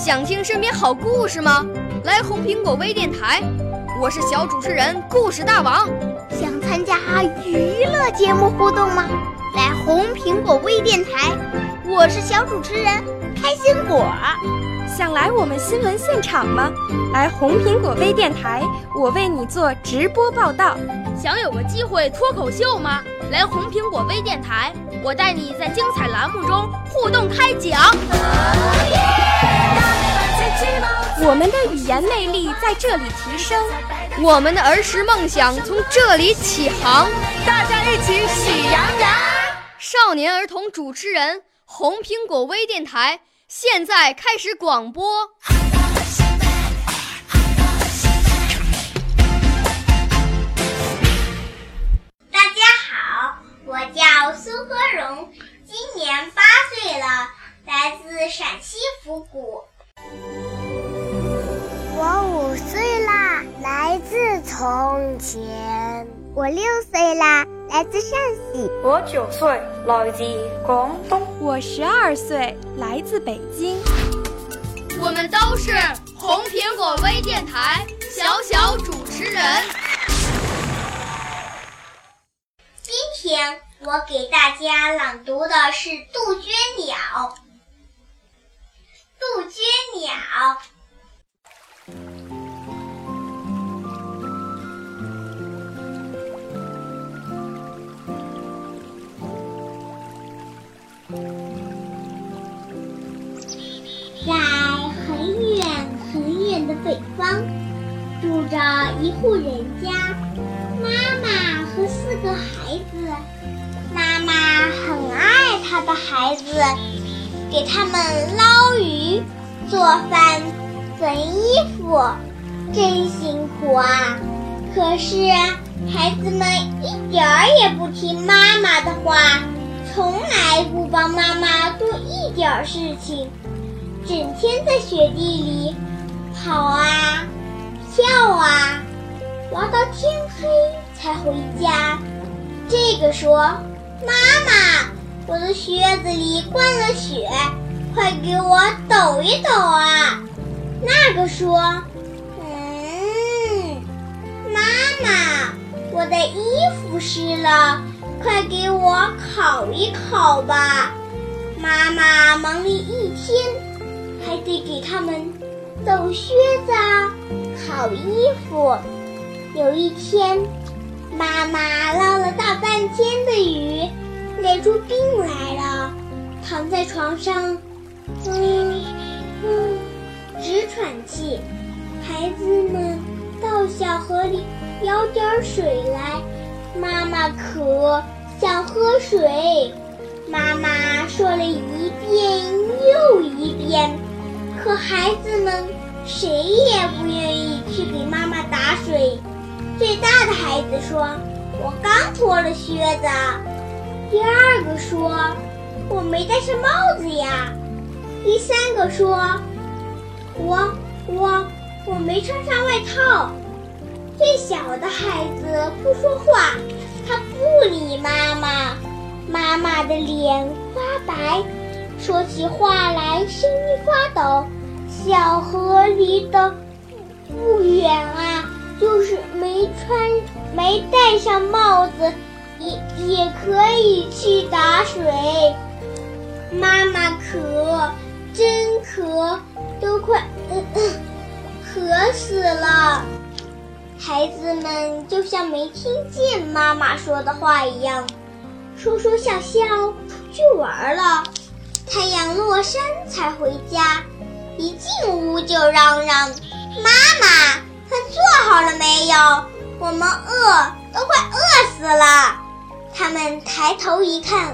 想听身边好故事吗？来红苹果微电台，我是小主持人故事大王。 想参加娱乐节目互动吗？来红苹果微电台，我是小主持人开心果。 想来我们新闻现场吗？来红苹果微电台，我为你做直播报道。 想有个机会脱口秀吗？来红苹果微电台，我带你在精彩栏目中互动开讲。 我们的语言魅力在这里提升， 我们的儿时梦想从这里起航。 大家一起喜羊羊。 少年儿童主持人，红苹果微电台现在开始广播。 大家好，我叫苏和荣，今年8岁了，来自陕西府谷。 我5岁啦，来自从前。我6岁啦，来自陕西。 我9岁，来自廣東。 我12歲，來自北京。 我們都是紅蘋果微電台小主持人。 今天我給大家朗讀的是杜鵑鳥。杜鵑鳥。在很远很远的北方，住着一户人家，妈妈和4个孩子。妈妈很爱她的孩子，给他们捞鱼、做饭、缝衣服，真辛苦啊！可是孩子们一点儿也不听妈妈的话，从来不帮妈妈做一点事情，整天在雪地里跑啊跳啊，玩到天黑才回家。这个说：妈妈，我的靴子里灌了雪，快给我抖一抖啊。那个说：妈妈，我的衣服湿了，快给我烤一烤吧。妈妈忙了一天，还得给他们抖靴子啊，烤衣服。有一天，妈妈捞了大半天的鱼，累出病来了，躺在床上，直喘气。孩子们到小河里舀点水来，妈妈渴，想喝水。妈妈说了一遍又一遍，可孩子们谁也不愿意去给妈妈打水。最大的孩子说：我刚脱了靴子。第2个说：我没戴上帽子呀。第3个说：我没穿上外套。最小的孩子不说话，他不理妈妈。妈妈的脸发白，说起话来声音发抖。小河离得不远啊，就是没戴上帽子，也可以去打水。妈妈渴，真渴，都快渴死了。孩子们就像没听见妈妈说的话一样，说说笑笑出去玩了。太阳落山才回家，一进屋就嚷嚷：妈妈，饭做好了没有？我们都快饿死了。他们抬头一看，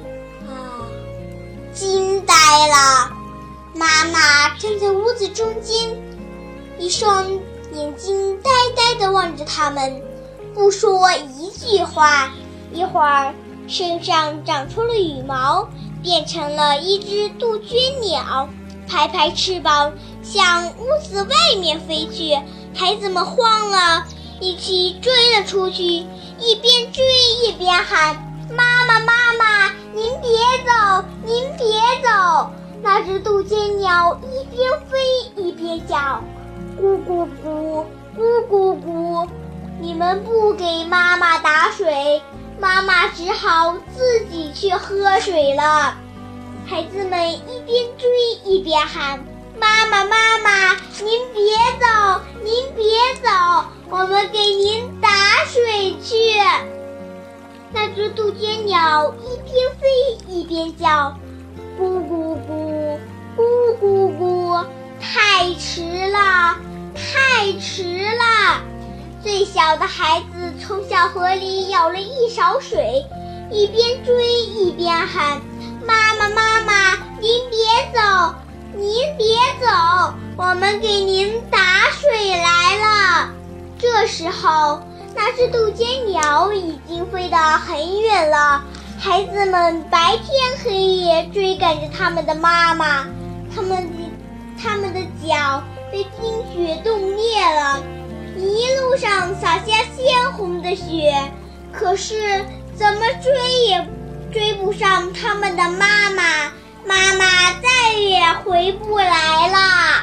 惊呆了。妈妈站在屋子中间，一双眼睛呆呆地望着他们，不说一句话。一会儿身上长出了羽毛，变成了一只杜鹃鸟，拍拍翅膀向屋子外面飞去。孩子们慌了，一起追了出去，一边追一边喊：妈妈妈妈，您别走，您别走。 那只杜鹃鸟一边飞一边叫，咕咕咕，咕咕咕。你们不给妈妈打水，妈妈只好自己去喝水了。孩子们一边追一边喊，妈妈妈妈，您别走，您别走，我们给您打水去。那只杜鹃鸟一边飞一边叫，咕咕咕，咕咕咕，太迟了，太迟了。最小的孩子从小河里舀了一勺水，一边追一边喊，妈妈妈妈，您别走，您别走，我们给您打水来了。这时候那只杜鹃鸟已经飞得很远了，孩子们白天黑夜追赶着他们的妈妈，他们的脚被冰雪冻裂了，一路上洒下鲜红的雪，可是怎么追也追不上他们的妈妈，妈妈再也回不来了。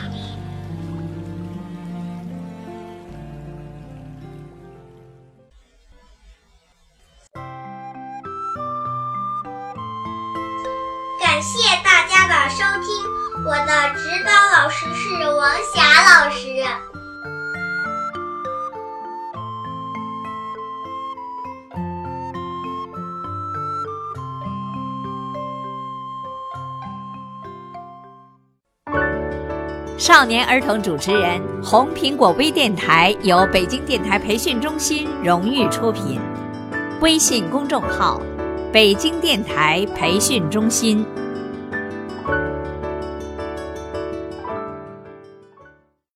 感谢大家的收听，我的指导老师是王霞老师。 少年儿童主持人，红苹果微电台由北京电台培训中心荣誉出品，微信公众号：北京电台培训中心。